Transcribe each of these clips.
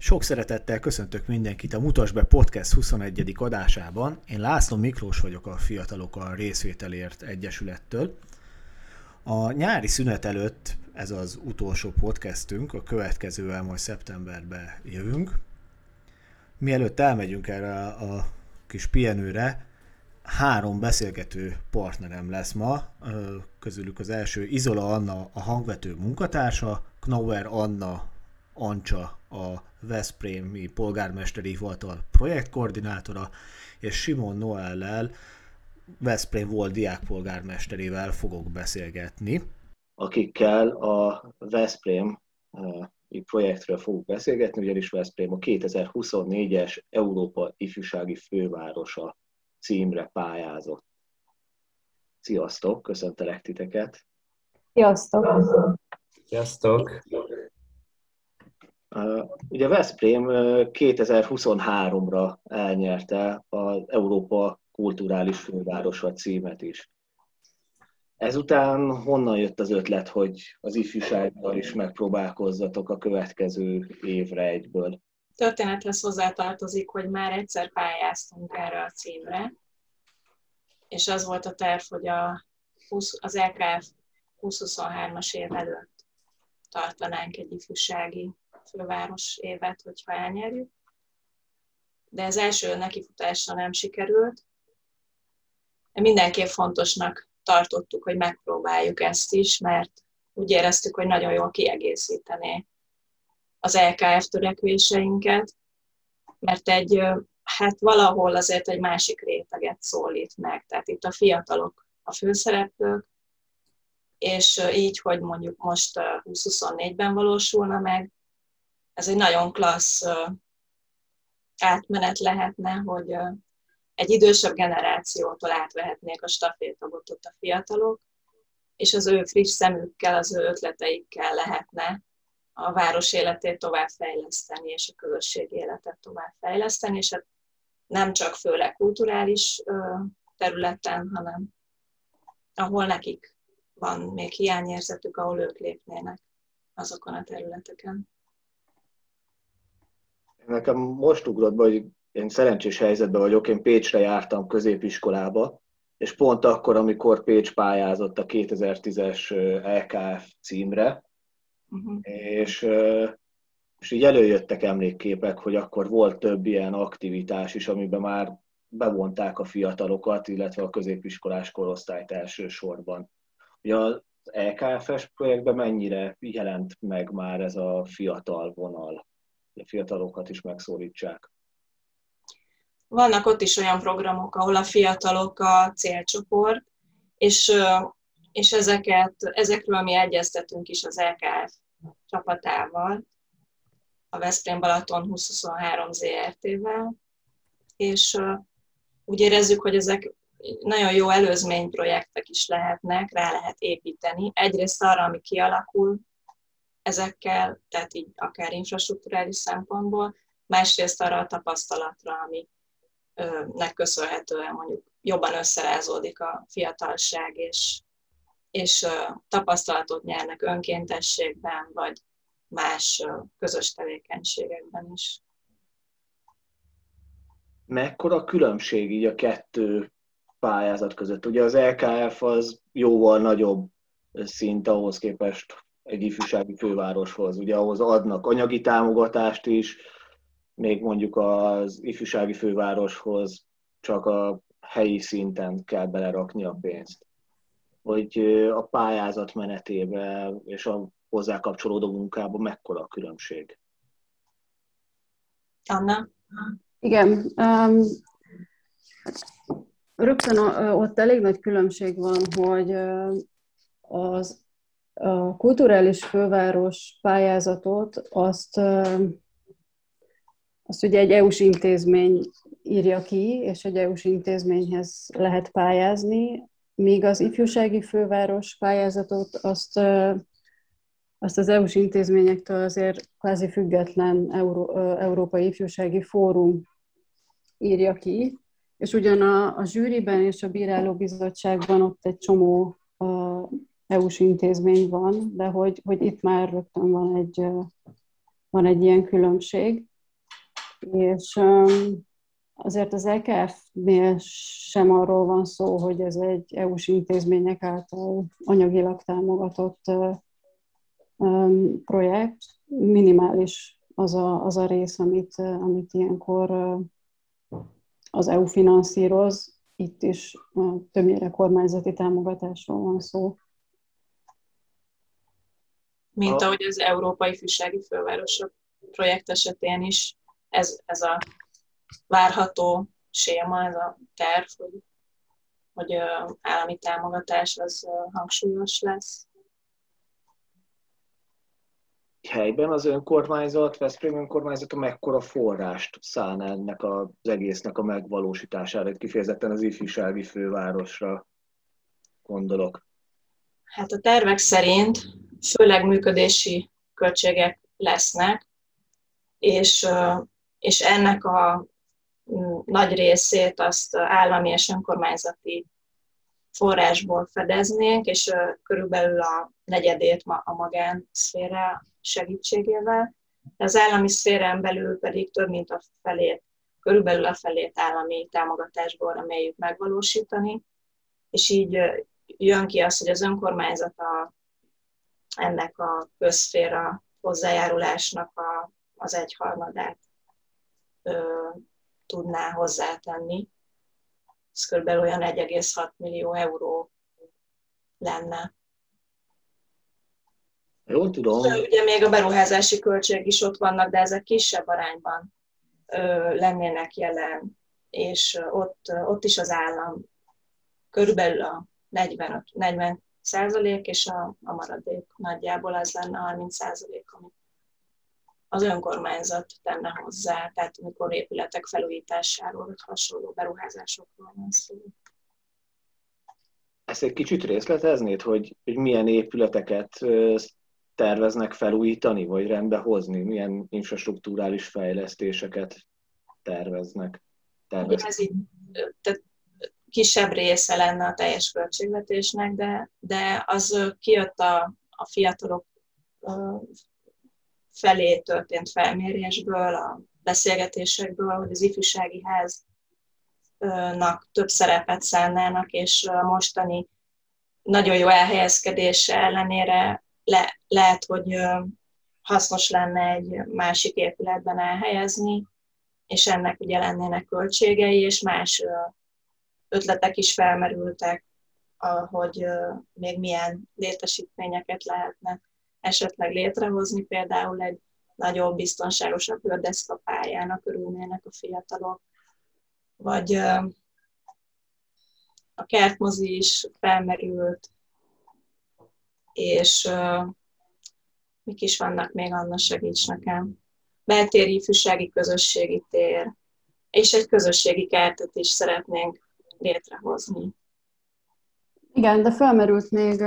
Sok szeretettel köszöntök mindenkit a Mutasd be Podcast 21. adásában. Én László Miklós vagyok, a Fiatalok a Részvételért Egyesülettől. A nyári szünet előtt ez az utolsó podcastünk, a következővel majd szeptemberben jövünk. Mielőtt elmegyünk erre a kis pihenőre, 3 beszélgető partnerem lesz ma, közülük az első Izola Anna, a hangvető munkatársa, Knauer Anna Ancsa, a veszprémi polgármesteri hivatal projektkoordinátora, és Simon Noellel, Veszprém volt diákpolgármesterével fogok beszélgetni. Akikkel a Veszprém projektről fogunk beszélgetni, ugyanis Veszprém a 2024-es Európa Ifjúsági Fővárosa címre pályázott. Sziasztok, köszöntelek titeket! Sziasztok! Sziasztok! Ugye Veszprém 2023-ra elnyerte az Európa Kulturális Fővárosa címet is. Ezután honnan jött az ötlet, hogy az ifjúsággal is megpróbálkozzatok a következő évre egyből? Történethez hozzátartozik, hogy már egyszer pályáztunk erre a címre, és az volt a terv, hogy az LKF 2023-as év előtt tartanánk egy ifjúsági főváros évet, hogyha elnyerjük. De az első nekifutásra nem sikerült. Mindenképp fontosnak tartottuk, hogy megpróbáljuk ezt is, mert úgy éreztük, hogy nagyon jól kiegészítené az LKF törekvéseinket, mert valahol azért egy másik réteget szólít meg. Tehát itt a fiatalok a főszereplők, és így, hogy mondjuk most 2024-ben valósulna meg, ez egy nagyon klassz átmenet lehetne, hogy egy idősebb generációtól átvehetnék a stafétabotot a fiatalok, és az ő friss szemükkel, az ő ötleteikkel lehetne a város életét továbbfejleszteni, és a közösség életet továbbfejleszteni, és hát nem csak főleg kulturális területen, hanem ahol nekik van még hiányérzetük, ahol ők lépnének azokon a területeken. Nekem most ugrott be, hogy én szerencsés helyzetben vagyok, én Pécsre jártam középiskolába, és pont akkor, amikor Pécs pályázott a 2010-es LKF címre, és így előjöttek emlékképek, hogy akkor volt több ilyen aktivitás is, amiben már bevonták a fiatalokat, illetve a középiskolás korosztályt elsősorban. Ugye az LKF-es projektben mennyire jelent meg már ez a fiatal vonal, hogy a fiatalokat is megszólítsák? Vannak ott is olyan programok, ahol a fiatalok a célcsoport, és ezekről mi egyeztetünk is az LKF csapatával, a Veszprém Balaton 2023 ZRT-vel, és úgy érezzük, hogy ezek nagyon jó előzményprojektek is lehetnek, rá lehet építeni. Egyrészt arra, ami kialakul ezekkel, tehát így akár infrastrukturális szempontból, másrészt arra a tapasztalatra, aminek köszönhetően mondjuk jobban összerázódik a fiatalság, és tapasztalatot nyernek önkéntességben, vagy más közös tevékenységekben is. Mekkora különbség így a 2 pályázat között? Ugye az LKF az jóval nagyobb szint ahhoz képest egy ifjúsági fővároshoz. Ugye ahhoz adnak anyagi támogatást is, még mondjuk az ifjúsági fővároshoz csak a helyi szinten kell belerakni a pénzt. Hogy a pályázat menetében és a hozzá kapcsolódó munkában mekkora a különbség? Anna? Igen. Rögtön ott elég nagy különbség van, hogy a kulturális főváros pályázatot azt ugye egy EU-s intézmény írja ki, és egy EU-s intézményhez lehet pályázni, míg az ifjúsági főváros pályázatot azt az EU-s intézményektől azért kvázi független Európai Ifjúsági Fórum írja ki, és ugyan a zsűriben és a bírálóbizottságban ott egy csomó EU-s intézmény van, de hogy itt már rögtön van egy ilyen különbség. És azért az EKF-nél sem arról van szó, hogy ez egy EU-s intézmények által anyagilag támogatott projekt. Minimális az a rész, amit ilyenkor az EU finanszíroz. Itt is többnyire kormányzati támogatásról van szó. Mint ahogy az Európai Fűsági Fővárosok projekt esetén is ez a várható séma, ez a terv, hogy állami támogatás az hangsúlyos lesz. Helyben az önkormányzat, Veszprém önkormányzata mekkora forrást szán ennek az egésznek a megvalósítására, kifejezetten az ifjúsági fővárosra gondolok? Hát a tervek szerint főleg működési költségek lesznek, és ennek a nagy részét azt állami és önkormányzati forrásból fedeznénk, és körülbelül a negyedét a magánszféra segítségével. Az állami szférán belül pedig több mint a felét, körülbelül a felét állami támogatásból reméljük megvalósítani, és így jön ki az, hogy az önkormányzat ennek a közszféra hozzájárulásnak az egyharmadát tudná hozzátenni. Ez kb. Olyan 1,6 millió euró lenne. Jól tudom. Ugye még a beruházási költség is ott vannak, de ezek kisebb arányban lennének jelen, és ott is az állam körülbelül a 40%, és a maradék nagyjából az lenne 30%, amit az önkormányzat tenne hozzá, tehát amikor épületek felújításáról, vagy hasonló beruházásokról van szó. Ezt egy kicsit részleteznéd, hogy milyen épületeket terveznek felújítani, vagy rendbe hozni? Milyen infrastrukturális fejlesztéseket terveznek? Ez így, tehát kisebb része lenne a teljes költségvetésnek, de az kijött a fiatalok felé történt felmérésből, a beszélgetésekből, hogy az ifjúsági háznak több szerepet szánnának, és a mostani nagyon jó elhelyezkedése ellenére lehet, hogy hasznos lenne egy másik épületben elhelyezni, és ennek ugye lennének költségei, és más ötletek is felmerültek, hogy még milyen létesítményeket lehetne esetleg létrehozni, például egy nagyobb, biztonságosabb gördeszkapályának örülnének a fiatalok, vagy a kertmozi is felmerült, és mik is vannak még, Anna, segíts nekem. Beltéri ifjúsági közösségi tér, és egy közösségi kertet is szeretnénk létrehozni. Igen, de felmerült még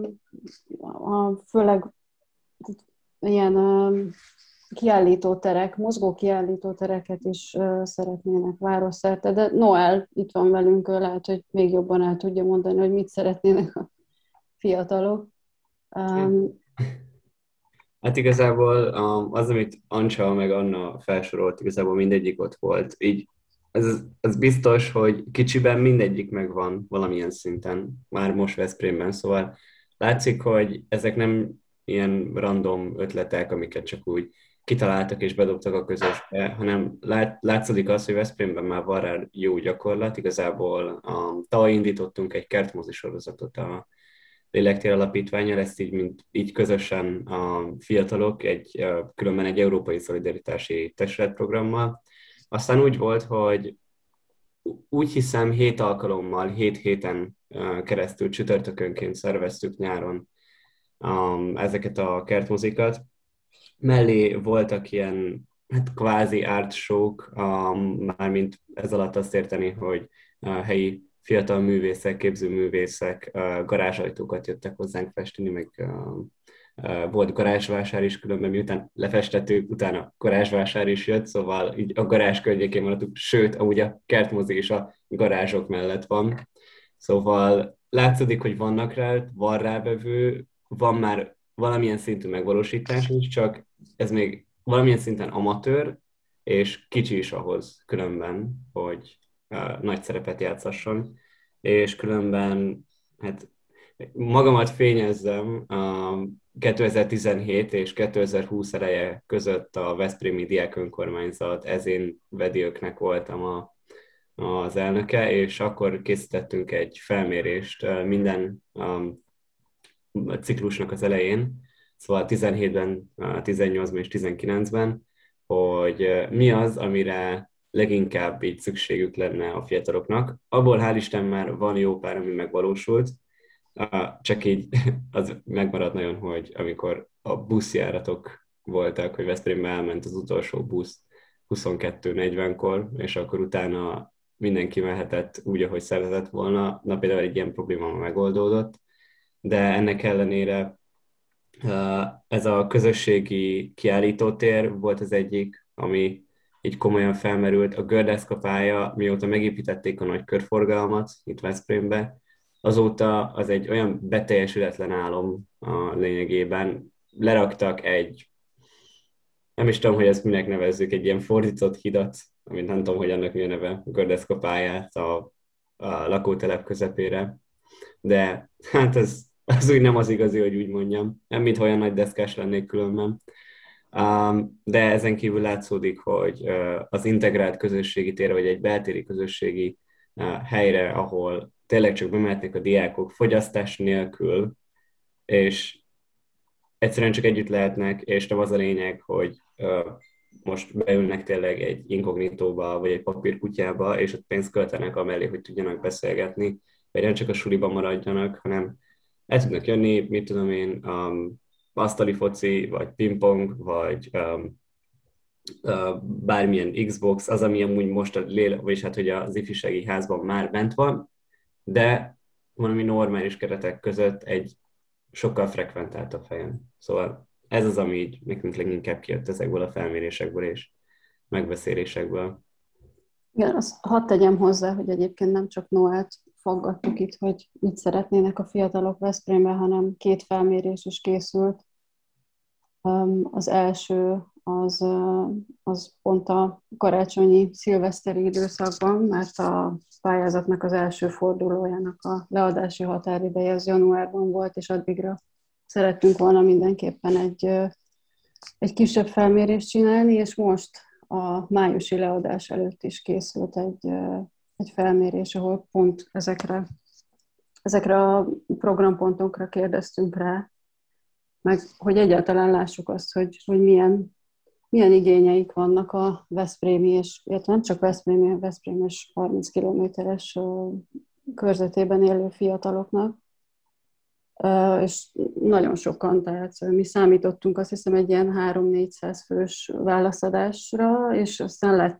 főleg ilyen kiállítóterek, mozgó kiállítótereket is szeretnének városszerte, de Noel itt van velünk, lehet, hogy még jobban el tudja mondani, hogy mit szeretnének a fiatalok. Hát igazából az, amit Ancsa meg Anna felsorolt, igazából mindegyik ott volt. Így az biztos, hogy kicsiben mindegyik megvan valamilyen szinten, már most Veszprémben, szóval látszik, hogy ezek nem ilyen random ötletek, amiket csak úgy kitaláltak és bedobtak a közösbe, hanem látszik az, hogy Veszprémben már van rá jó gyakorlat. Igazából tavaly indítottunk egy kertmozi sorozatot a Lélektér Alapítvánnyal, ezt így közösen a fiatalok, különben egy európai szolidaritási testületprogrammal. Aztán úgy volt, hogy úgy hiszem 7 alkalommal, 7 héten keresztül csütörtökönként szerveztük nyáron ezeket a kertmozikat. Mellé voltak ilyen kvázi art show-k, mármint ez alatt azt érteni, hogy helyi fiatal művészek, képzőművészek garázsajtókat jöttek hozzánk festeni, meg volt garázsvásár is, különben miután lefestettük, utána garázsvásár is jött, szóval így a garázs környékén maradtuk, sőt, amúgy a kertmozi is a garázsok mellett van. Szóval látszódik, hogy van rábevő, van már valamilyen szintű megvalósítás is, csak ez még valamilyen szinten amatőr, és kicsi is ahhoz különben, hogy nagy szerepet játszasson, és különben hát magamat fényezzem, a 2017 és 2020 eleje között a Veszprémi Diák Önkormányzat ezén vediöknek voltam az elnöke, és akkor készítettünk egy felmérést minden ciklusnak az elején, szóval 17-ben, 18-ban és 19-ben, hogy mi az, amire leginkább így szükségük lenne a fiataloknak. Abból hál' Isten már van jó pár, ami megvalósult, csak így az megmaradt nagyon, hogy amikor a buszjáratok voltak, hogy Veszprémbe elment az utolsó busz 22:40-kor, és akkor utána mindenki mehetett úgy, ahogy szeretett volna. Na például egy ilyen probléma megoldódott, de ennek ellenére ez a közösségi kiállítótér volt az egyik, ami így komolyan felmerült. A gördeszka pálya, mióta megépítették a nagy körforgalmat itt Veszprémbe, azóta az egy olyan beteljesületlen álom a lényegében. Leraktak egy, nem is tudom, hogy ezt minek nevezzük, egy ilyen fordított hidat, amit nem tudom, hogy annak mi a neve, a gördeszka pályát a lakótelep közepére. De hát az úgy nem az igazi, hogy úgy mondjam. Nem, mintha olyan nagy deszkás lennék különben. De ezen kívül látszódik, hogy az integrált közösségi tér, vagy egy beltéri közösségi helyre, ahol tényleg csak bemehetnek a diákok fogyasztás nélkül, és egyszerűen csak együtt lehetnek, és nem az a lényeg, hogy most beülnek tényleg egy inkognitóba, vagy egy papírkutyába, és ott pénzt költenek amellé, hogy tudjanak beszélgetni, vagy nem csak a suliban maradjanak, hanem el tudnak jönni, mit tudom én, asztali foci, vagy pingpong, vagy bármilyen Xbox, az, ami amúgy most vagyis hát, hogy az ifjúsági házban már bent van, de valami normális keretek között egy sokkal frekventáltabb helyen. Szóval ez az, ami így nekünk leginkább kijött ezekből a felmérésekből és megbeszélésekből. Igen, azt hadd tegyem hozzá, hogy egyébként nem csak Noát faggattuk itt, hogy mit szeretnének a fiatalok Veszprémben, hanem 2 felmérés is készült. Az első az pont a karácsonyi szilveszteri időszakban, mert a pályázatnak az első fordulójának a leadási határideje az januárban volt, és addigra szerettünk volna mindenképpen egy kisebb felmérést csinálni, és most a májusi leadás előtt is készült egy felmérés, ahol pont ezekre a programpontokra kérdeztünk rá, meg hogy egyáltalán lássuk azt, hogy milyen igényeik vannak a veszprémi, és illetve nem csak Veszprém és 30 kilométeres körzetében élő fiataloknak, és nagyon sokan, tehát mi számítottunk azt hiszem egy ilyen 300-400 fős válaszadásra, és aztán lett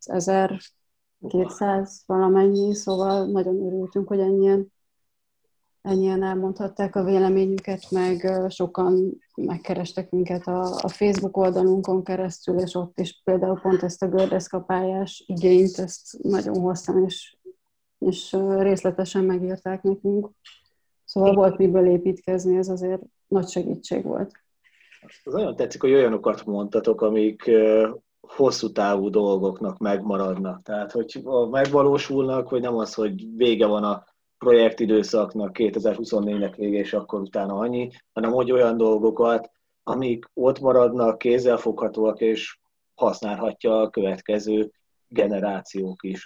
1200 valamennyi, szóval nagyon örültünk, hogy ennyien elmondhatták a véleményüket, meg sokan megkerestek minket a Facebook oldalunkon keresztül, és ott is például pont ezt a gördeszkapályás igényt, ezt nagyon hosszan és részletesen megírták nekünk. Szóval volt miből építkezni, ez azért nagy segítség volt. Az nagyon tetszik, hogy olyanokat mondtatok, amik hosszú távú dolgoknak megmaradnak. Tehát, hogy megvalósulnak, hogy nem az, hogy vége van a projektidőszaknak, 2024-nek vége, és akkor utána annyi, hanem hogy olyan dolgokat, amik ott maradnak, kézzelfoghatóak, és használhatja a következő generációk is.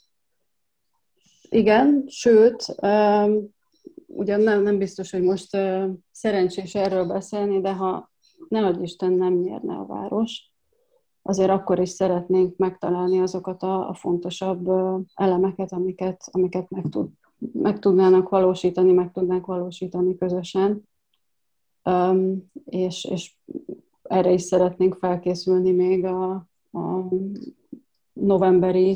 Igen, sőt, ugyan nem biztos, hogy most szerencsés erről beszélni, de ha nehogy Isten nem nyerne a város, azért akkor is szeretnénk megtalálni azokat a fontosabb elemeket, amiket meg tudnánk valósítani közösen, és erre is szeretnénk felkészülni még a novemberi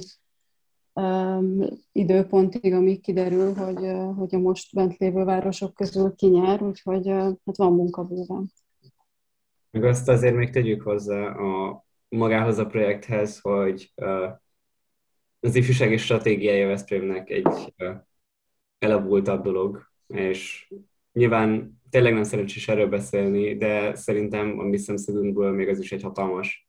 időpontig, amíg kiderül, hogy a most bent lévő városok közül ki nyer, úgyhogy hát van munka bőven. Meg azt azért még tegyük hozzá magához a projekthez, hogy az ifjúsági stratégiája Veszprémnek egy elavultabb dolog, és nyilván tényleg nem szerencsés erről beszélni, de szerintem a mi szemszögünkből még az is egy hatalmas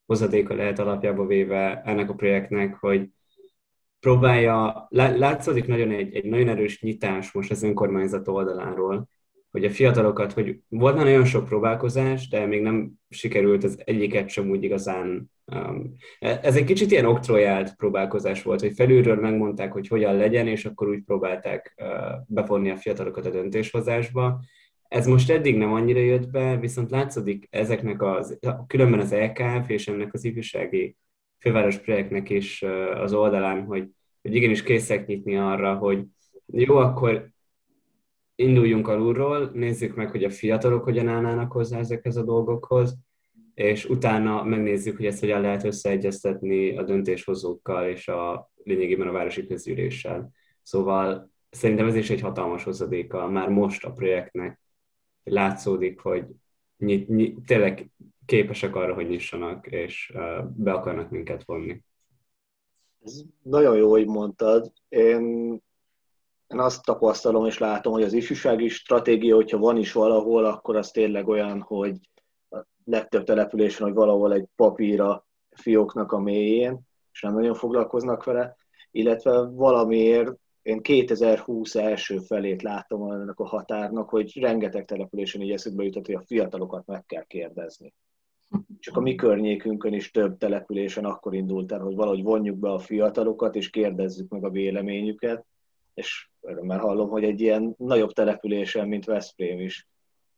hozadéka lehet alapjába véve ennek a projektnek, hogy próbálja, látszódik nagyon egy nagyon erős nyitás most az önkormányzat oldaláról, hogy a fiatalokat, hogy volt már nagyon sok próbálkozás, de még nem sikerült az egyiket sem úgy igazán. Ez egy kicsit ilyen oktrojált próbálkozás volt, hogy felülről megmondták, hogy hogyan legyen, és akkor úgy próbálták bevonni a fiatalokat a döntéshozásba. Ez most eddig nem annyira jött be, viszont látszódik ezeknek különben az LKF és ennek az ifjúsági főváros projektnek is az oldalán, hogy igenis készek nyitni arra, hogy jó, akkor induljunk alulról, nézzük meg, hogy a fiatalok hogyan állnának hozzá ezekhez a dolgokhoz, és utána megnézzük, hogy ezt hogyan lehet összeegyeztetni a döntéshozókkal és lényegében a városi közgyűléssel. Szóval szerintem ez is egy hatalmas hozadéka már most a projektnek. Látszódik, hogy tényleg képesek arra, hogy nyissanak, és be akarnak minket vonni. Ez nagyon jó, hogy mondtad. Én azt tapasztalom és látom, hogy az ifjúsági stratégia, hogyha van is valahol, akkor az tényleg olyan, hogy a legtöbb településen, hogy valahol egy papír a fióknak a mélyén, és nem nagyon foglalkoznak vele, illetve valamiért én 2020 első felét láttam ennek a határnak, hogy rengeteg településen így eszükbe jutott, hogy a fiatalokat meg kell kérdezni. Csak a mi környékünkön is több településen akkor indult el, hogy valahogy vonjuk be a fiatalokat, és kérdezzük meg a véleményüket, és örömmel hallom, hogy egy ilyen nagyobb településen, mint Veszprém is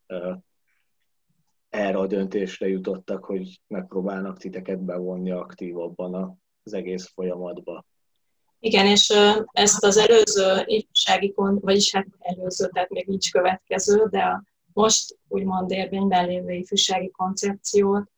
erre a döntésre jutottak, hogy megpróbálnak titeket bevonni aktívabban az egész folyamatba. Igen, és ezt az előző ifjúsági, vagyis hát előző, tehát még nincs következő, de a most úgymond érvényben lévő ifjúsági koncepciót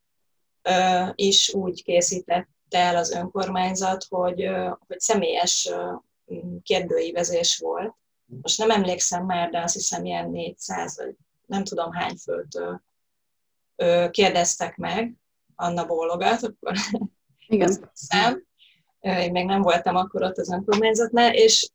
is úgy készítette el az önkormányzat, hogy személyes kérdőívezés volt. Most nem emlékszem már, de azt hiszem ilyen 400, vagy nem tudom hány főt kérdeztek meg, Anna bólogat, akkor Igen. szám. Én még nem voltam akkor ott az önkormányzatnál,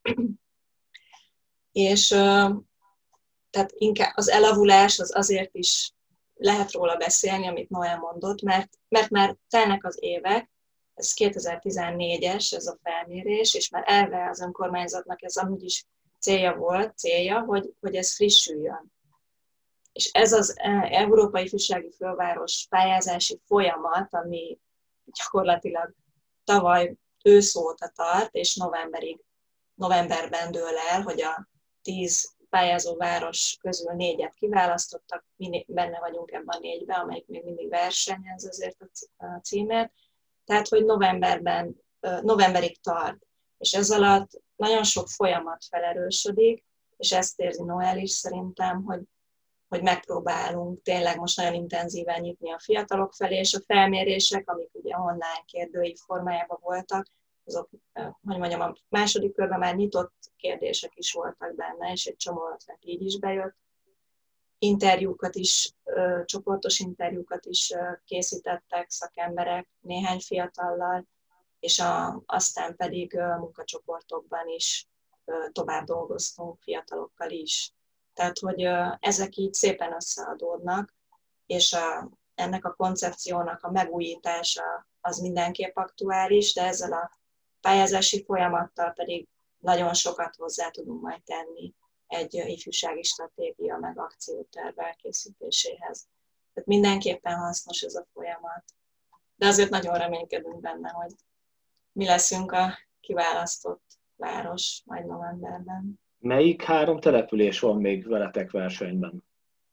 és tehát inkább az elavulás az azért is lehet róla beszélni, amit Noel mondott, mert már telnek az évek, ez 2014-es ez a felmérés, és már elve az önkormányzatnak ez amúgy is célja, hogy ez frissüljön. És ez az Európai Ifjúsági Főváros pályázási folyamat, ami gyakorlatilag tavaly ősz óta tart, és novemberben dől el, hogy a 10 pályázó város közül 4-et kiválasztottak, mi benne vagyunk ebben a 4-ben, amelyik még mindig versenyez azért a címért. Tehát, hogy novemberig tart. És ez alatt nagyon sok folyamat felerősödik, és ezt érzi Noel is szerintem, hogy megpróbálunk tényleg most nagyon intenzíven nyitni a fiatalok felé, és a felmérések, amik ugye online kérdőív formájában voltak, azok, hogy mondjam, a második körben már nyitott kérdések is voltak benne, és egy csomó ötlet így is bejött. Interjúkat is, csoportos interjúkat is készítettek szakemberek néhány fiatallal, és aztán pedig munkacsoportokban is tovább dolgoztunk fiatalokkal is. Tehát, hogy ezek így szépen összeadódnak, és ennek a koncepciónak a megújítása az mindenképp aktuális, de ezzel a pályázási folyamattal pedig nagyon sokat hozzá tudunk majd tenni egy ifjúsági stratégia meg akcióterv elkészítéséhez. Tehát mindenképpen hasznos ez a folyamat. De azért nagyon reménykedünk benne, hogy mi leszünk a kiválasztott város majd novemberben. Melyik 3 település van még veletek versenyben?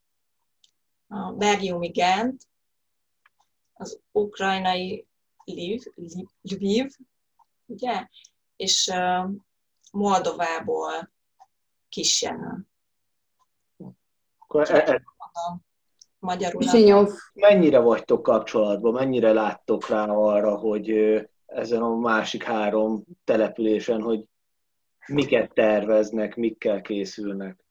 A belgiumi Gent, az ukrajnai Lviv, ugye? És Moldovából Kisjenő. Magyarul. Zsinyov. Mennyire vagytok kapcsolatban, mennyire láttok rá arra, hogy ezen a másik 3 településen, hogy miket terveznek, mikkel készülnek?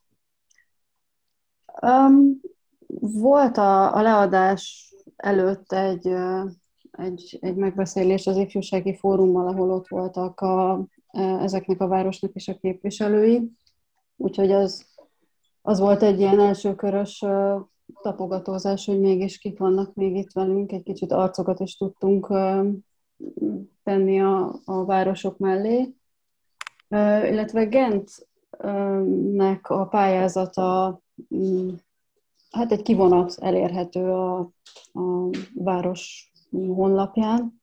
Volt a leadás előtt egy megbeszélés az ifjúsági fórummal, ahol ott voltak ezeknek a városnak is a képviselői. Úgyhogy az volt egy ilyen elsőkörös tapogatózás, hogy mégis kik vannak még itt velünk, egy kicsit arcokat is tudtunk tenni a városok mellé. Illetve Gentnek a pályázata, hát egy kivonat elérhető a város honlapján,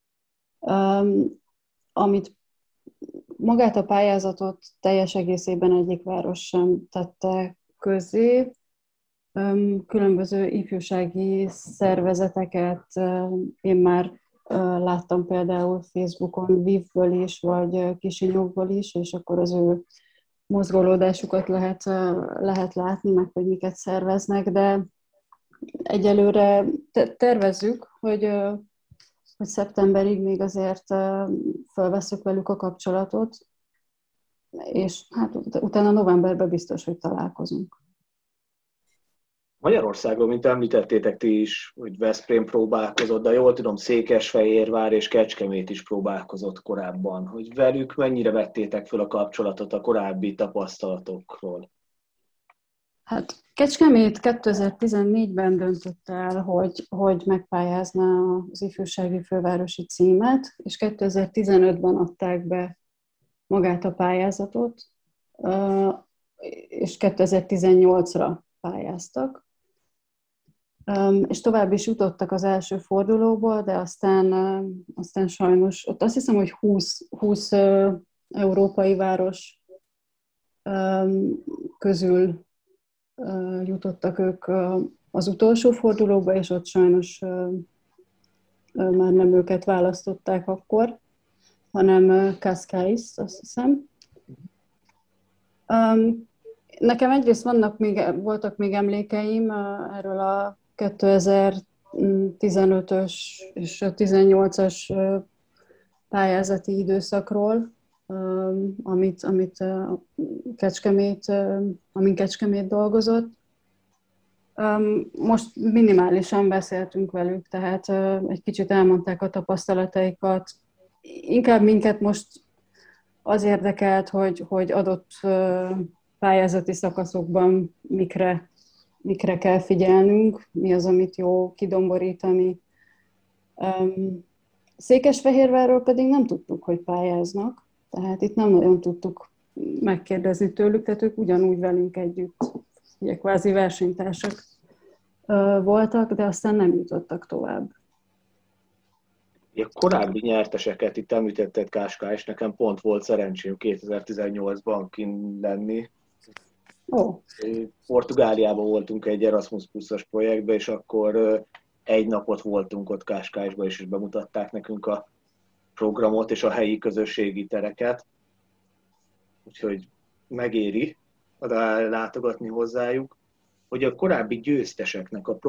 amit magát a pályázatot teljes egészében egyik város sem tette közzé. Különböző ifjúsági szervezeteket én már láttam például Facebookon, Lvivből is, vagy Kisinyovból is, és akkor az ő mozgolódásukat lehet látni, meg hogy miket szerveznek, de egyelőre tervezzük, hogy szeptemberig még azért felvesszük velük a kapcsolatot, és hát utána novemberben biztos, hogy találkozunk. Magyarországról, mint említettétek ti is, hogy Veszprém próbálkozott, de jól tudom, Székesfehérvár és Kecskemét is próbálkozott korábban. Hogy velük mennyire vettétek fel a kapcsolatot a korábbi tapasztalatokról? Hát Kecskemét 2014-ben döntött el, hogy megpályázna az ifjúsági fővárosi címet, és 2015-ben adták be magát a pályázatot, és 2018-ra pályáztak. És tovább is jutottak az első fordulóból, de aztán sajnos, ott azt hiszem, hogy 20 európai város közül jutottak ők az utolsó fordulóba, és ott sajnos már nem őket választották akkor, hanem Cascais, azt hiszem. Nekem egyrészt voltak még emlékeim erről a 2015-ös és a 18-as pályázati időszakról, amin Kecskemét dolgozott. Most minimálisan beszéltünk velük, tehát egy kicsit elmondták a tapasztalataikat. Inkább minket most az érdekelt, hogy adott pályázati szakaszokban mikre kell figyelnünk, mi az, amit jó kidomborítani. Székesfehérvárról pedig nem tudtuk, hogy pályáznak, tehát itt nem nagyon tudtuk megkérdezni tőlük, tehát ők ugyanúgy velünk együtt, ugye kvázi versenytársak voltak, de aztán nem jutottak tovább. A korábbi nyerteseket itt említetted, Káska, és nekem pont volt szerencsém 2018-ban kint lenni. Oh. Portugáliában voltunk egy Erasmus Plus-os projektben, és akkor egy napot voltunk ott Káskásban, és bemutatták nekünk a programot és a helyi közösségi tereket. Úgyhogy megéri oda látogatni hozzájuk, hogy a korábbi győzteseknek a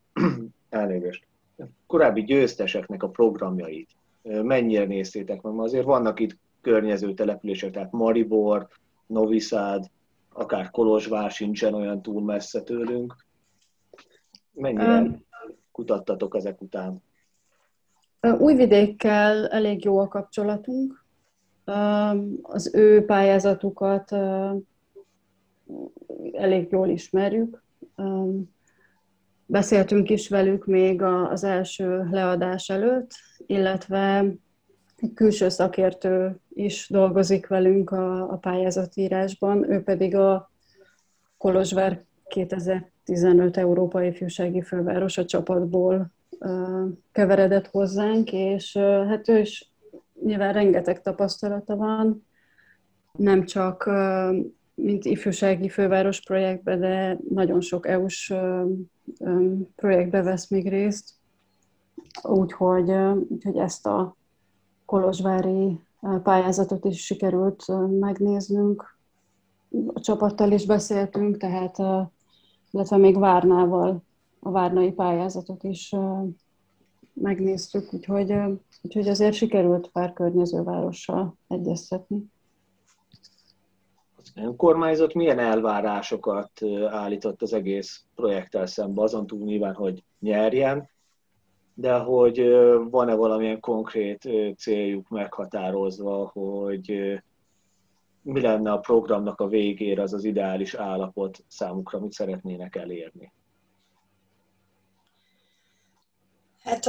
korábbi győzteseknek a programjait mennyire néztétek meg? Azért vannak itt környező települések, tehát Maribor, Novi Sad, akár Kolozsvár sincsen olyan túl messze tőlünk. Mennyire kutattatok ezek után? Újvidékkel elég jó a kapcsolatunk. Az ő pályázatukat elég jól ismerjük. Beszéltünk is velük még az első leadás előtt, illetve egy külső szakértő is dolgozik velünk a pályázatírásban, ő pedig a Kolozsvár 2015 Európai Ifjúsági Fővárosa csapatból keveredett hozzánk, és hát ő is nyilván rengeteg tapasztalata van, nem csak mint ifjúsági főváros projektben, de nagyon sok EU-s projektbe vesz még részt. Úgyhogy ezt a kolozsvári pályázatot is sikerült megnéznünk. A csapattal is beszéltünk, tehát illetve még Várnával, a várnai pályázatot is megnéztük, úgyhogy azért sikerült pár környező várossal egyeztetni. Az önkormányzat milyen elvárásokat állított az egész projekttel szembe? Azon túl nyilván, hogy nyerjen, de hogy van-e valamilyen konkrét céljuk meghatározva, hogy mi lenne a programnak a végére az ideális állapot számukra, amit szeretnének elérni? Hát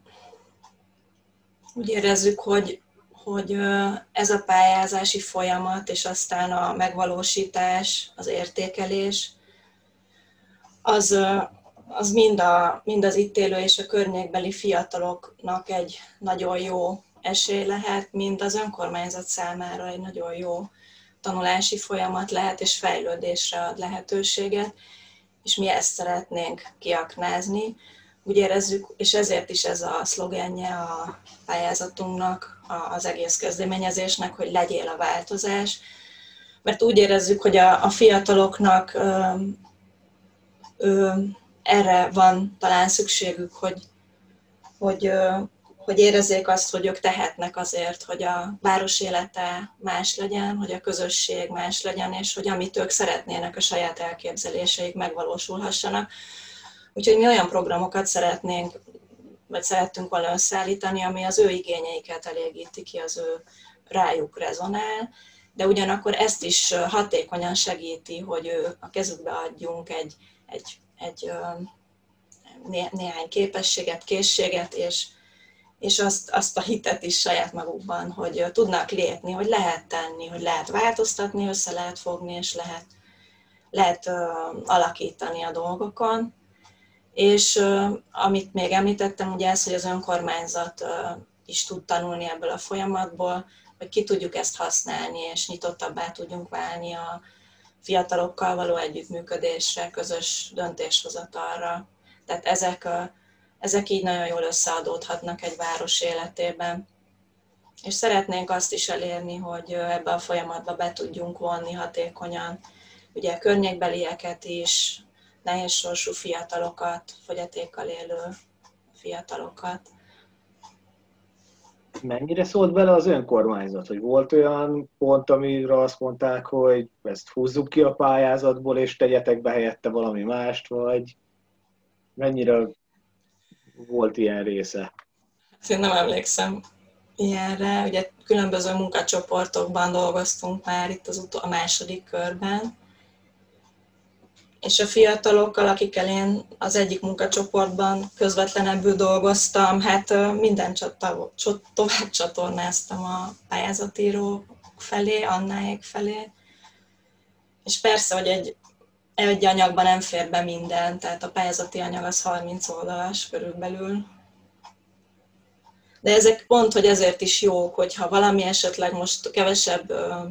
úgy érezzük, hogy ez a pályázási folyamat, és aztán a megvalósítás, az értékelés, az mind az itt élő és a környékbeli fiataloknak egy nagyon jó esély lehet, mind az önkormányzat számára egy nagyon jó tanulási folyamat lehet, és fejlődésre ad lehetőséget, és mi ezt szeretnénk kiaknázni. Úgy érezzük, és ezért is ez a szlogenje a pályázatunknak, az egész kezdeményezésnek, hogy legyél a változás, mert úgy érezzük, hogy a fiataloknak erre van talán szükségük, hogy érezzék azt, hogy ők tehetnek azért, hogy a város élete más legyen, hogy a közösség más legyen, és hogy amit ők szeretnének, a saját elképzeléseik megvalósulhassanak. Úgyhogy mi olyan programokat szerettünk volna összeállítani, ami az ő igényeiket elégíti ki, az ő rájuk rezonál, de ugyanakkor ezt is hatékonyan segíti, hogy a kezükbe adjunk néhány képességet, készséget, és azt a hitet is saját magukban, hogy tudnak lépni, hogy lehet tenni, hogy lehet változtatni, össze lehet fogni, és lehet alakítani a dolgokon. És amit még említettem, ugye ez, hogy az önkormányzat is tud tanulni ebből a folyamatból, hogy ki tudjuk ezt használni, és nyitottabbá tudjunk válni a fiatalokkal való együttműködésre, közös döntéshozatalra. Tehát ezek így nagyon jól összeadódhatnak egy város életében. És szeretnénk azt is elérni, hogy ebbe a folyamatba be tudjunk vonni hatékonyan ugye a környékbelieket is, nehéz sorsú fiatalokat, fogyatékkal élő fiatalokat. Mennyire szólt bele az önkormányzat? Hogy volt olyan pont, amire azt mondták, hogy ezt húzzuk ki a pályázatból, és tegyetek be helyette valami mást, vagy mennyire volt ilyen része? Én nem emlékszem ilyenre. Ugye különböző munkacsoportokban dolgoztunk már itt a második körben, és a fiatalokkal, akikkel én az egyik munkacsoportban közvetlenebbül dolgoztam, hát minden tovább csatornáztam a pályázatíró felé, Annáék felé. És persze, hogy egy anyagban nem fér be minden, tehát a pályázati anyag az 30 oldalas körülbelül. De ezek pont, hogy ezért is jók, hogyha valami esetleg most kevesebb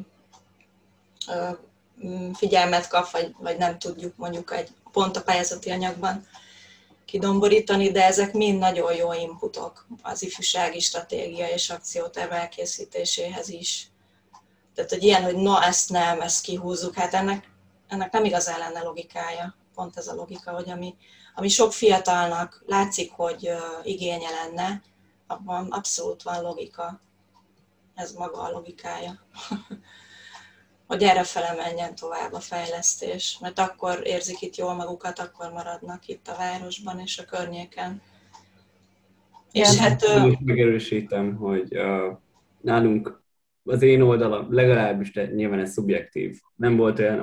figyelmet kap, vagy nem tudjuk mondjuk pont a pályázati anyagban kidomborítani, de ezek mind nagyon jó inputok az ifjúsági stratégia és akcióterv elkészítéséhez is. Tehát, hogy ilyen, hogy ezt kihúzzuk, hát ennek nem igazán lenne logikája. Pont ez a logika, hogy ami sok fiatalnak látszik, hogy igénye lenne, abban abszolút van logika. Ez maga a logikája. Hogy errefele menjen tovább a fejlesztés, mert akkor érzik itt jól magukat, akkor maradnak itt a városban és a környéken. És hát... Most megerősítem, hogy nálunk az én oldalam, legalábbis, de nyilván ez szubjektív, nem volt olyan,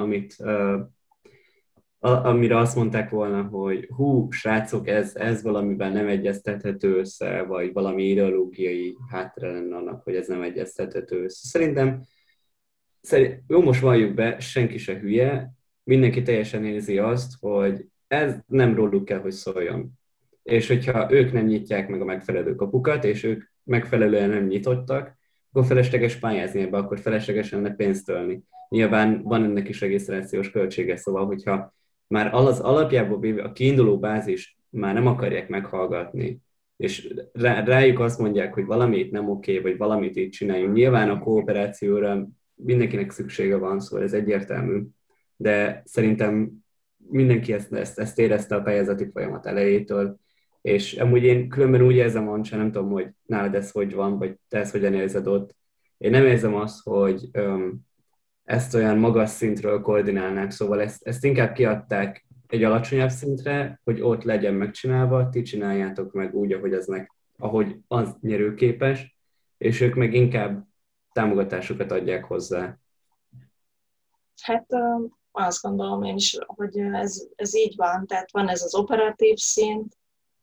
amire azt mondták volna, hogy srácok, ez valamiben nem egyeztethető össze, vagy valami ideológiai háttere lenne annak, hogy ez nem egyeztethető össze. Szerintem jó, most valljuk be, senki se hülye, mindenki teljesen érzi azt, hogy ez nem róluk kell, hogy szóljon. És hogyha ők nem nyitják meg a megfelelő kapukat, és ők megfelelően nem nyitottak, akkor felesleges pályázni ebbe, akkor feleslegesen lenne pénzt ölni. Nyilván van ennek is regisztrációs költsége, szóval, hogyha már az alapjából véve a kiinduló bázis már nem akarják meghallgatni, és rájuk azt mondják, hogy valamit nem oké, vagy valamit így csináljunk. Nyilván a kooperációra mindenkinek szüksége van, szóval ez egyértelmű, de szerintem mindenki ezt érezte a pályázati folyamat elejétől, és amúgy én különben úgy érzem, Ancsa, nem tudom, hogy nálad ez hogy van, vagy te ezt hogyan érzed ott. Én nem érzem azt, hogy ezt olyan magas szintről koordinálnák, szóval ezt inkább kiadták egy alacsonyabb szintre, hogy ott legyen megcsinálva, ti csináljátok meg úgy, ahogy az nyerőképes, és ők meg inkább támogatásokat adják hozzá. Hát azt gondolom én is, hogy ez így van. Tehát van ez az operatív szint,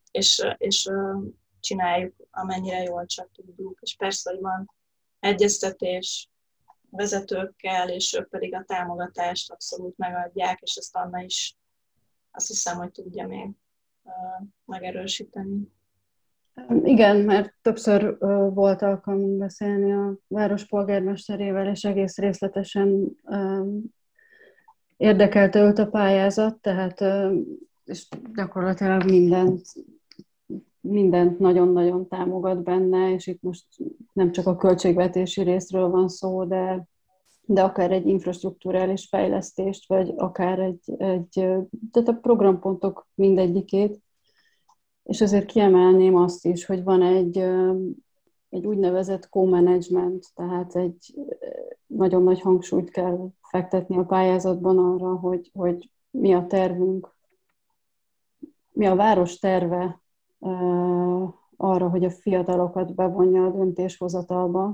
és csináljuk, amennyire jól csak tudjuk. És persze, hogy van egyeztetés vezetőkkel, és ők pedig a támogatást abszolút megadják, és ezt Anna is azt hiszem, hogy tudja még megerősíteni. Igen, mert többször volt alkalmunk beszélni a város polgármesterével, és egész részletesen érdekelte őt a pályázat, tehát és gyakorlatilag mindent nagyon-nagyon támogat benne, és itt most nem csak a költségvetési részről van szó, de akár egy infrastrukturális fejlesztést, vagy akár tehát a programpontok mindegyikét. És azért kiemelném azt is, hogy van egy úgynevezett co-management, tehát egy nagyon nagy hangsúlyt kell fektetni a pályázatban arra, hogy mi a tervünk, mi a város terve arra, hogy a fiatalokat bevonja a döntéshozatalba.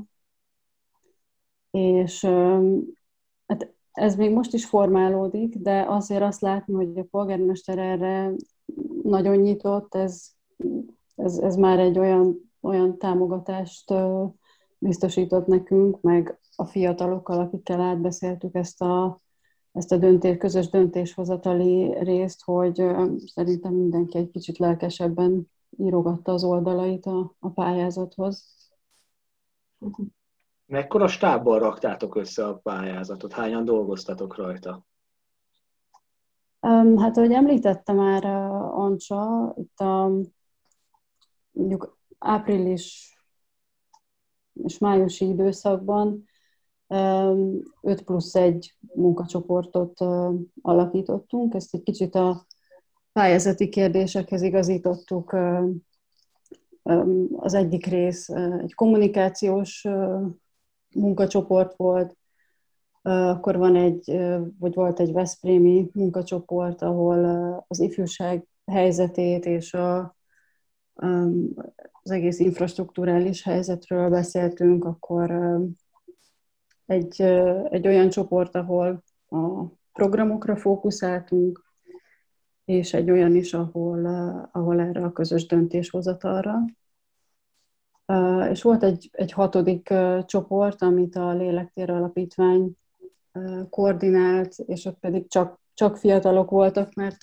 És hát ez még most is formálódik, de azért azt látni, hogy a polgármester erre nagyon nyitott, ez már egy olyan támogatást biztosított nekünk, meg a fiatalokkal, akikkel átbeszéltük ezt a közös döntéshozatali részt, hogy szerintem mindenki egy kicsit lelkesebben írogatta az oldalait a pályázathoz. Mekkora stábban raktátok össze a pályázatot? Hányan dolgoztatok rajta? Hát, ahogy említette már Ancsa, itt mondjuk április és májusi időszakban 5+1 munkacsoportot alakítottunk. Ezt egy kicsit a pályázati kérdésekhez igazítottuk. Az egyik rész egy kommunikációs munkacsoport volt, akkor volt egy veszprémi munkacsoport, ahol az ifjúság helyzetét és az egész infrastrukturális helyzetről beszéltünk, akkor egy olyan csoport, ahol a programokra fókuszáltunk, és egy olyan is, ahol erre a közös döntéshozatalra. És volt egy hatodik csoport, amit a Lélektér Alapítvány koordinált, és ott pedig csak fiatalok voltak, mert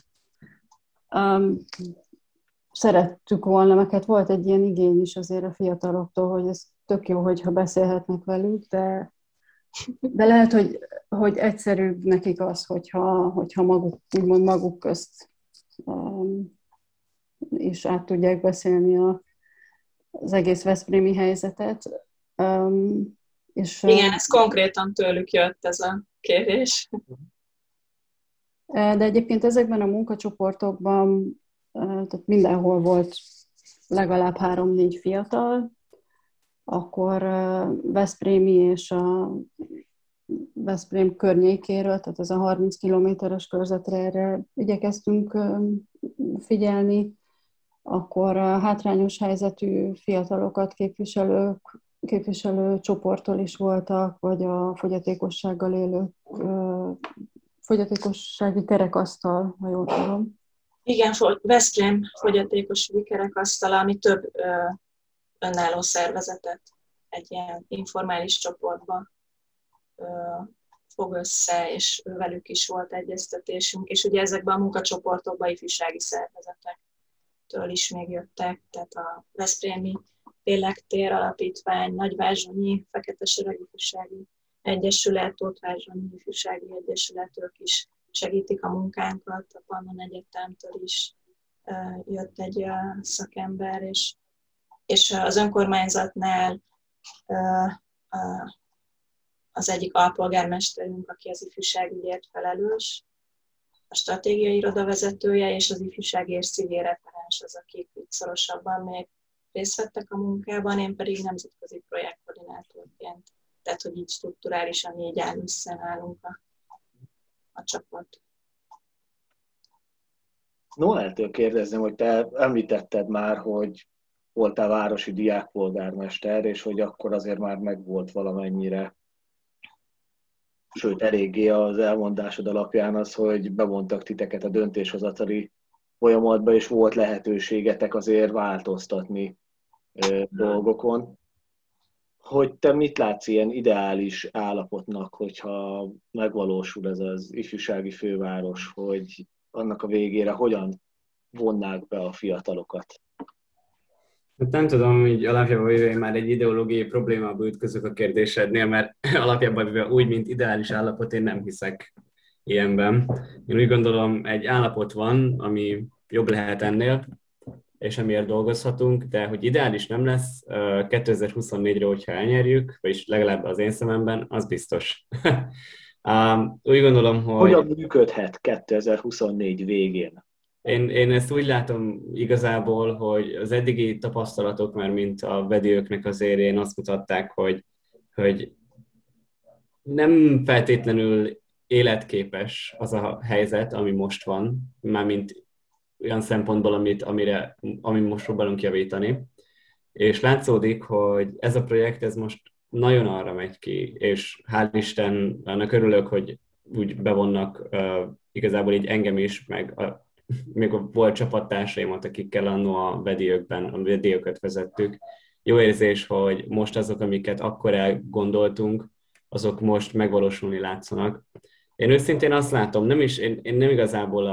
szerettük volna, meg hát volt egy ilyen igény is azért a fiataloktól, hogy ez tök jó, hogyha beszélhetnek velük, de lehet, hogy egyszerűbb nekik az, hogyha maguk közt is át tudják beszélni az egész veszprémi helyzetet. Igen, ez konkrétan tőlük jött ez a kérés. De egyébként ezekben a munkacsoportokban tehát mindenhol volt legalább 3-4 fiatal, akkor veszprémi és a Veszprém környékéről, tehát ez a 30 kilométeres körzetre erre igyekeztünk figyelni, akkor a hátrányos helyzetű fiatalokat képviselő csoporttól is voltak, vagy a fogyatékossággal élő fogyatékossági kerekasztal, ha jól tudom. Igen, Veszprém fogyatékossági kerekasztala, ami több önálló szervezetet egy ilyen informális csoportba fog össze, és velük is volt egyeztetésünk, és ugye ezekben a munkacsoportokban ifjúsági szervezetektől is még jöttek, tehát a Veszprémi Lélektér Alapítvány, Nagyvázsonyi Fekete-Sereg Ifjúsági Egyesület, Tóthvázsonyi Ifjúsági Egyesület, ők is segítik a munkánkat, a Pannon Egyetemtől is jött egy szakember, és az önkormányzatnál az egyik alpolgármesterünk, aki az ifjúságügyért felelős, a stratégiai irodavezetője és az ifjúsági és civil referens az, akik itt szorosabban még részt vettek a munkában, én pedig nemzetközi projektkoordinátorként. Tehát, hogy így strukturálisan így áll összeállunk a csapat. Noeltől kérdezném, hogy te említetted már, hogy voltál városi diákpolgármester, és hogy akkor azért már megvolt valamennyire, sőt eléggé az elmondásod alapján az, hogy bevontak titeket a döntéshozatali folyamatban, és volt lehetőségetek azért változtatni dolgokon. Hogy te mit látsz ilyen ideális állapotnak, hogyha megvalósul ez az ifjúsági főváros, hogy annak a végére hogyan vonnák be a fiatalokat? Hát nem tudom, hogy alapjában véve én már egy ideológiai problémába ütközök a kérdésednél, mert alapjában véve úgy, mint ideális állapot, én nem hiszek ilyenben. Én úgy gondolom, egy állapot van, ami jobb lehet ennél, és amiért dolgozhatunk, de hogy ideális nem lesz 2024-re, hogyha elnyerjük, vagyis legalább az én szememben, az biztos. Úgy gondolom, hogy... Hogyan működhet 2024 végén? Én ezt úgy látom igazából, hogy az eddigi tapasztalatok, már mint a vediőknek az érén azt mutatták, hogy nem feltétlenül életképes az a helyzet, ami most van, mármint olyan szempontból, ami most próbálunk javítani. És látszódik, hogy ez a projekt, ez most nagyon arra megy ki, és hál' Isten, annak örülök, hogy úgy bevonnak igazából így engem is, még volt csapattársaimat, akikkel annó a vediőket vezettük. Jó érzés, hogy most azok, amiket akkor elgondoltunk, azok most megvalósulni látszanak. Én őszintén azt látom, én nem igazából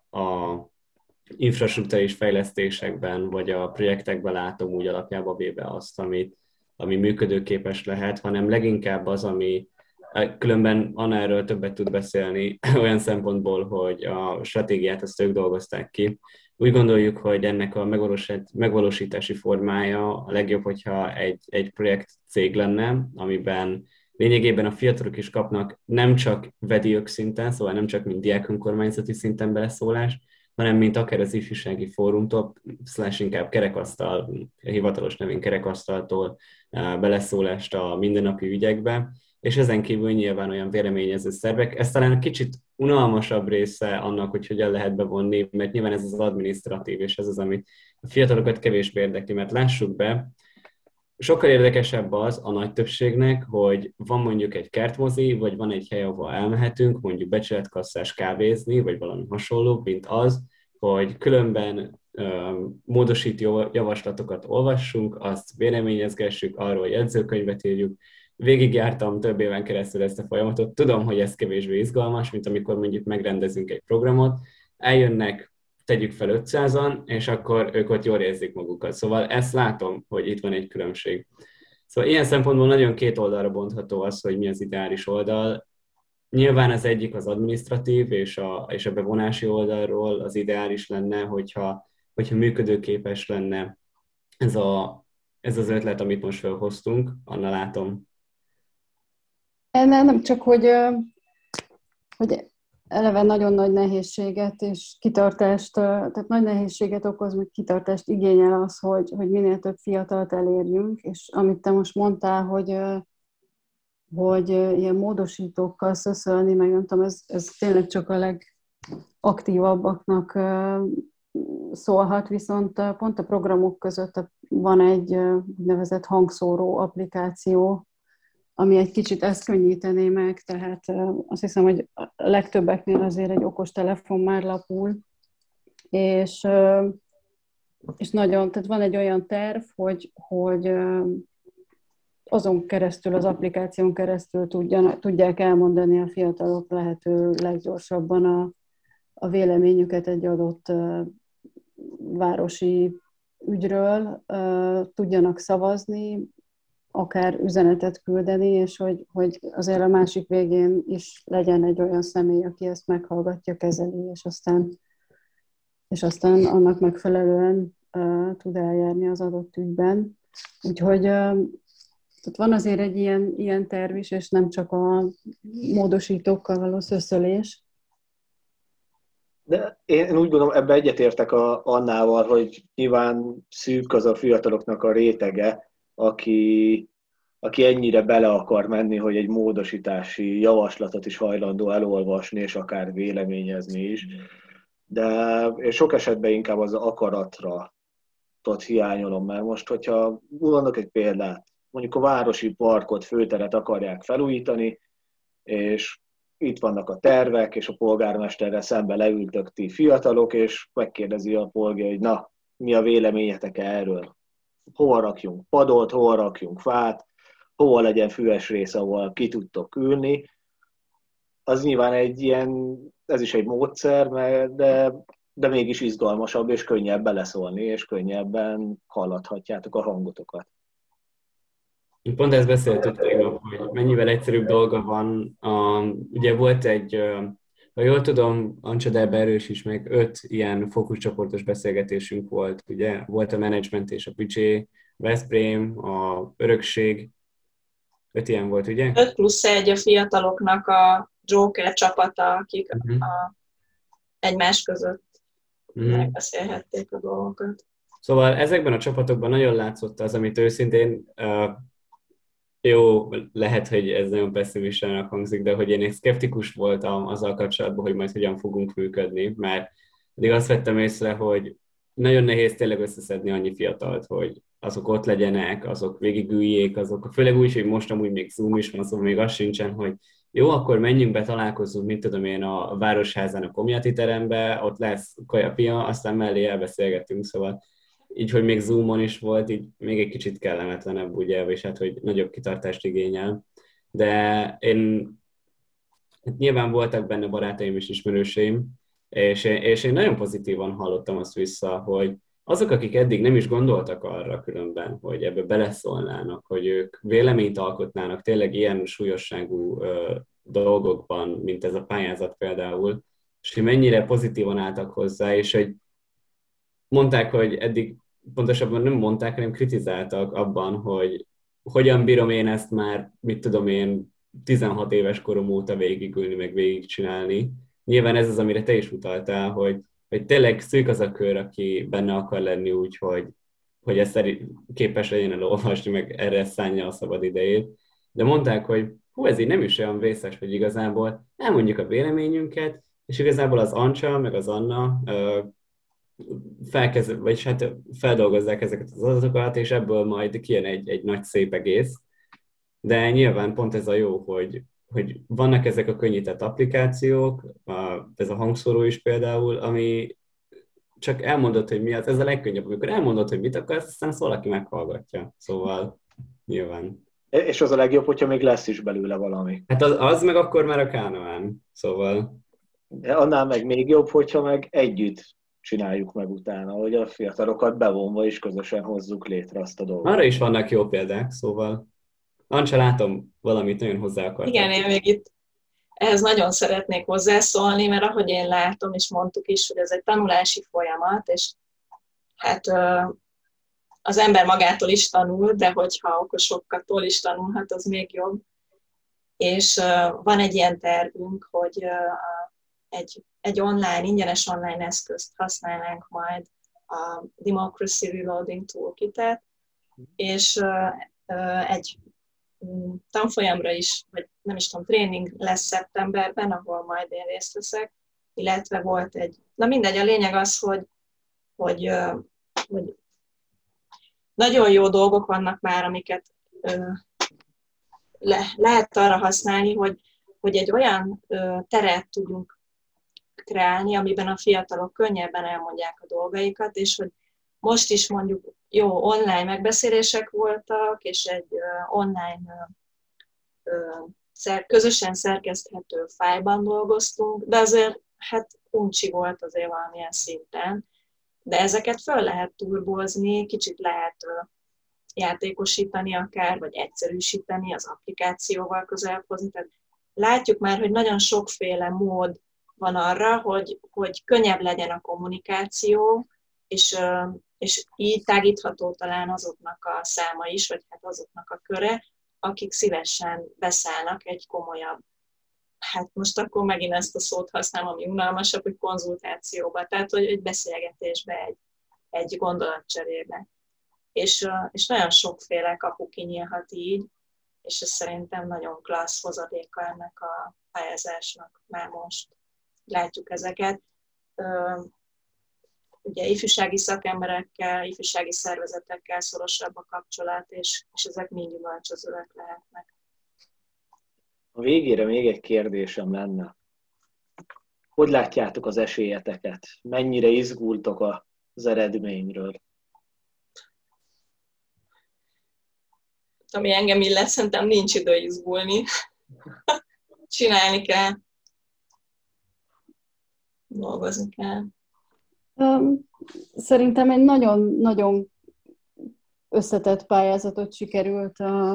a infrastruktúrális fejlesztésekben, vagy a projektekben látom úgy alapjába véve azt, ami működőképes lehet, hanem leginkább az, ami különben Anna erről többet tud beszélni, olyan szempontból, hogy a stratégiát azt ők dolgozták ki. Úgy gondoljuk, hogy ennek a megvalósítási formája a legjobb, hogyha egy projekt cég lenne, amiben lényegében a fiatalok is kapnak nem csak vediők szinten, szóval nem csak mint diák önkormányzati szinten beleszólás, hanem mint akár az ifjúsági fórumtól, inkább kerekasztal, hivatalos nevén kerekasztaltól beleszólást a mindennapi ügyekbe, és ezen kívül nyilván olyan véleményező szervek. Ez talán kicsit unalmasabb része annak, hogy hogyan lehet bevonni, mert nyilván ez az adminisztratív, és ez az, ami a fiatalokat kevésbé érdekli, mert lássuk be, sokkal érdekesebb az a nagy többségnek, hogy van mondjuk egy kertmozi, vagy van egy hely, ahol elmehetünk, mondjuk becsületkasszás kávézni, vagy valami hasonló, mint az, hogy különben módosító javaslatokat olvassunk, azt véleményezgessük, arról jegyzőkönyvet írjuk. Végigjártam több éven keresztül ezt a folyamatot. Tudom, hogy ez kevésbé izgalmas, mint amikor mondjuk megrendezünk egy programot. Eljönnek, tegyük fel 500-an, és akkor ők ott jól érzik magukat. Szóval ezt látom, hogy itt van egy különbség. Szóval ilyen szempontból nagyon két oldalra bontható az, hogy mi az ideális oldal. Nyilván az egyik az adminisztratív, és a bevonási oldalról az ideális lenne, hogyha működőképes lenne ez az ötlet, amit most felhoztunk. Anna, látom. Nem csak, hogy eleve nagyon nagy nehézséget és kitartást, tehát nagy nehézséget okoz, meg kitartást igényel az, hogy minél több fiatalt elérjünk, és amit te most mondtál, hogy ilyen módosítókkal szöszölni, meg nem tudom, ez tényleg csak a legaktívabbaknak szólhat, viszont pont a programok között van egy úgynevezett hangszóró applikáció, ami egy kicsit ezt könnyítené meg, tehát azt hiszem, hogy a legtöbbeknél azért egy okostelefon már lapul, és nagyon, tehát van egy olyan terv, hogy azon keresztül, az applikáción keresztül tudják elmondani a fiatalok lehető leggyorsabban a véleményüket egy adott városi ügyről, tudjanak szavazni, akár üzenetet küldeni, és hogy azért a másik végén is legyen egy olyan személy, aki ezt meghallgatja, kezeli, és aztán annak megfelelően tud eljárni az adott ügyben. Úgyhogy tehát van azért egy ilyen terv is, és nem csak a módosítókkal való szöszölés. De én úgy gondolom, ebbe egyetértek Annával, hogy nyilván szűk az a fiataloknak a rétege, aki ennyire bele akar menni, hogy egy módosítási javaslatot is hajlandó elolvasni, és akár véleményezni is. De én sok esetben inkább az akaratra hiányolom, mert most, hogyha mondok egy példát, mondjuk a városi parkot, főteret akarják felújítani, és itt vannak a tervek, és a polgármesterrel szembe leültök ti fiatalok, és megkérdezi a polgár, hogy na, mi a véleményetek erről? Hova rakjunk padot, hova rakjunk fát, hova legyen füves rész, ahol ki tudtok ülni. Az nyilván egy ilyen, ez is egy módszer, de mégis izgalmasabb, és könnyebb beleszólni, és könnyebben hallathatjátok a hangotokat. Pont ezt beszéltük tegnap, hogy mennyivel egyszerűbb dolga van. Ugye volt egy, ha jól tudom, Ancsa Delberős is, meg 5 ilyen fókuszcsoportos beszélgetésünk volt. Ugye volt a menedzsment és a büdzsé, Veszprém, a örökség, 5 ilyen volt, ugye? 5+1 a fiataloknak a Joker csapata, akik egymás között megbeszélhették a dolgokat. Szóval ezekben a csapatokban nagyon látszott az, amit őszintén jó, lehet, hogy ez nagyon pessimistának hangzik, de hogy én szkeptikus voltam azzal kapcsolatban, hogy majd hogyan fogunk működni, mert eddig azt vettem észre, hogy nagyon nehéz tényleg összeszedni annyi fiatalt, hogy azok ott legyenek, azok végigüljék, azok, főleg úgy, hogy most amúgy még Zoom is van, szóval még az sincsen, hogy jó, akkor menjünk be, találkozzunk, mint tudom én, a Városházán, a Komjati terembe, ott lesz kajapia, aztán mellé elbeszélgetünk, szóval így, hogy még Zoomon is volt, így még egy kicsit kellemetlenebb, ugye, és hát, hogy nagyobb kitartást igényel. De hát nyilván voltak benne barátaim és ismerőseim, és én nagyon pozitívan hallottam azt vissza, hogy azok, akik eddig nem is gondoltak arra különben, hogy ebbe beleszólnának, hogy ők véleményt alkotnának tényleg ilyen súlyosságú dolgokban, mint ez a pályázat például, és hogy mennyire pozitívan álltak hozzá, és hogy mondták, hogy eddig pontosabban nem mondták, hanem kritizáltak abban, hogy hogyan bírom én ezt már, mit tudom én, 16 éves korom óta végigülni, meg végigcsinálni. Nyilván ez az, amire te is utaltál, hogy tényleg szűk az a kör, aki benne akar lenni úgy, hogy ezt képes legyen elolvasni, meg erre szánja a szabad idejét. De mondták, hogy ez így nem is olyan vészes, hogy igazából elmondjuk a véleményünket, és igazából az Ancsa, meg az Anna feldolgozzák ezeket az adatokat, és ebből majd kijön egy nagy szép egész. De nyilván pont ez a jó, hogy vannak ezek a könnyített applikációk, ez a hangszóró is például, ami csak elmondod, hogy mi az, ez a legkönnyebb, amikor elmondod, hogy mit akarsz, aztán valaki meghallgatja. Szóval nyilván. És az a legjobb, hogyha még lesz is belőle valami. Hát az meg akkor már a Kánaán, szóval. De annál meg még jobb, hogyha meg együtt csináljuk meg utána, hogy a fiatalokat bevonva is közösen hozzuk létre azt a dolgot. Arra is vannak jó példák, szóval. Ancsa, látom, valamit nagyon hozzá akartam. Igen, én még itt ehhez nagyon szeretnék hozzászólni, mert ahogy én látom, és mondtuk is, hogy ez egy tanulási folyamat, és hát az ember magától is tanul, de hogyha okosoktól is tanulhat, az még jobb. És van egy ilyen tervünk, hogy egy online, ingyenes online eszközt használnánk majd, a Democracy Reloading Toolkit-et, és egy tanfolyamra is, vagy nem is tudom, tréning lesz szeptemberben, ahol majd én részt veszek, illetve volt egy, na mindegy, a lényeg az, hogy nagyon jó dolgok vannak már, amiket lehet arra használni, hogy egy olyan teret tudjunk kreálni, amiben a fiatalok könnyebben elmondják a dolgaikat, és hogy most is mondjuk jó online megbeszélések voltak, és egy online közösen szerkeszthető fájlban dolgoztunk, de azért hát uncsi volt azért valamilyen szinten. De ezeket föl lehet turbózni, kicsit lehet játékosítani akár, vagy egyszerűsíteni, az applikációval közelebb hozni. Tehát látjuk már, hogy nagyon sokféle mód van arra, hogy könnyebb legyen a kommunikáció, és így tágítható talán azoknak a száma is, vagy hát azoknak a köre, akik szívesen beszállnak egy komolyabb, hát most akkor megint ezt a szót használom, ami unalmasabb, hogy konzultációba, tehát hogy egy beszélgetésbe, egy gondolatcserébe. És nagyon sokféle kapu kinyílhat így, és ez szerintem nagyon klassz hozadéka ennek a pályázásnak, már most látjuk ezeket. Ugye ifjúsági szakemberekkel, ifjúsági szervezetekkel szorosabb a kapcsolat, és ezek mind gyümölcsözőek lehetnek. A végére még egy kérdésem lenne. Hogy látjátok az esélyeteket? Mennyire izgultok az eredményről? Ami engem illet, szerintem nincs idő izgulni. Csinálni kell. Dolgozni kell. Szerintem egy nagyon-nagyon összetett pályázatot sikerült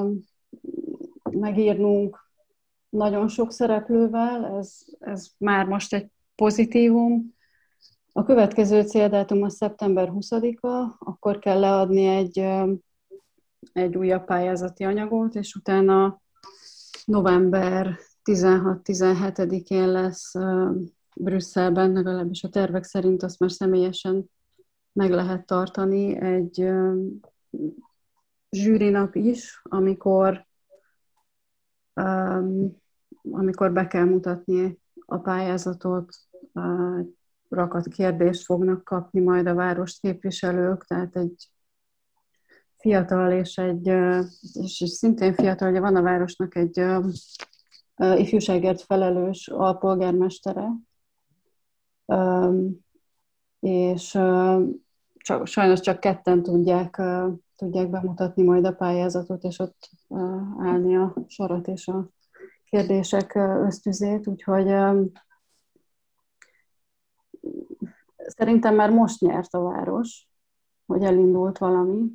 megírnunk nagyon sok szereplővel, ez már most egy pozitívum. A következő céldátum a szeptember 20-a, akkor kell leadni egy újabb pályázati anyagot, és utána november 16-17-én lesz Brüsszelben, legalábbis a tervek szerint azt már személyesen meg lehet tartani egy zsűrinap is, amikor be kell mutatni a pályázatot, rakat kérdést fognak kapni majd a város képviselők, tehát egy fiatal és szintén fiatal, ugye van a városnak egy ifjúságért felelős alpolgármestere, és sajnos csak ketten tudják bemutatni majd a pályázatot, és ott állni a sorat és a kérdések ösztüzét, úgyhogy szerintem már most nyert a város, hogy elindult valami.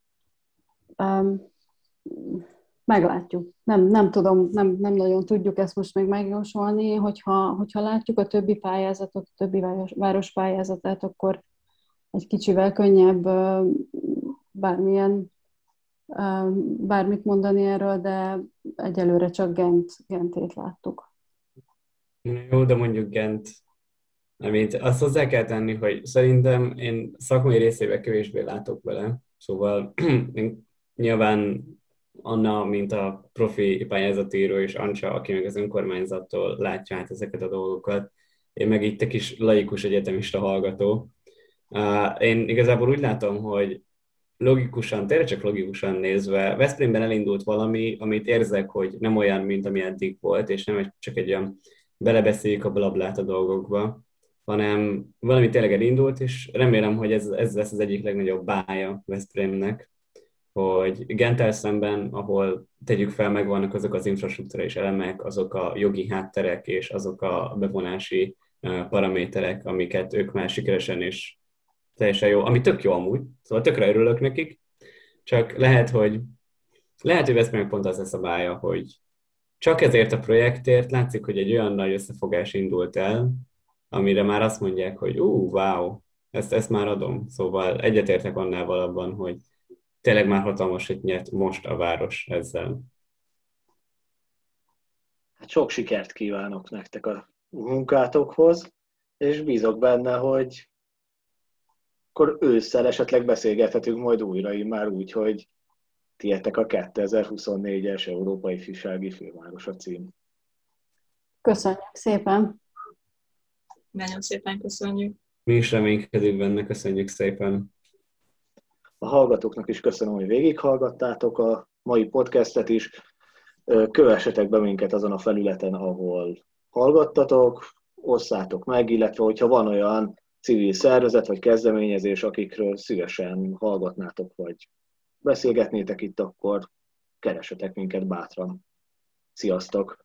Meglátjuk. Nem tudom, nem nagyon tudjuk ezt most még megjósolni, hogyha látjuk a többi pályázatot, a többi város pályázatát, akkor egy kicsivel könnyebb bármit mondani erről, de egyelőre csak Gentét láttuk. Jó, de mondjuk Gent, azt hozzá kell tenni, hogy szerintem én szakmai részével kevésbé látok vele, szóval nyilván Anna, mint a profi pályázatíró, és Ancsa, aki meg az önkormányzattól látja át ezeket a dolgokat, én meg itt egy kis laikus egyetemista hallgató. Én igazából úgy látom, hogy logikusan, tényleg csak logikusan nézve, Veszprémben elindult valami, amit érzek, hogy nem olyan, mint ami eddig volt, és nem csak egy olyan belebeszéljük a blablát a dolgokba, hanem valami tényleg elindult, és remélem, hogy ez lesz az egyik legnagyobb bája Veszprémnek, hogy Genttel szemben, ahol tegyük fel, megvannak azok az infrastruktúrális elemek, azok a jogi hátterek és azok a bevonási paraméterek, amiket ők már sikeresen és teljesen jó, ami tök jó amúgy, szóval tökre örülök nekik, csak lehet, hogy Veszprémnek pont az lesz a bája, hogy csak ezért a projektért látszik, hogy egy olyan nagy összefogás indult el, amire már azt mondják, hogy wow, ezt már adom. Szóval egyetértek annál abban, hogy tényleg már hatalmasat nyert most a város ezzel. Hát sok sikert kívánok nektek a munkátokhoz, és bízok benne, hogy akkor ősszel esetleg beszélgethetünk majd újra, már úgy, hogy tietek a 2024-es Európai Ifjúsági Fővárosa cím. Köszönjük szépen! Nagyon szépen köszönjük! Mi is reménykedünk benne, köszönjük szépen! A hallgatóknak is köszönöm, hogy végighallgattátok a mai podcastet is. Kövessetek be minket azon a felületen, ahol hallgattatok, osszátok meg, illetve hogyha van olyan civil szervezet vagy kezdeményezés, akikről szívesen hallgatnátok, vagy beszélgetnétek itt, akkor keressetek minket bátran. Sziasztok!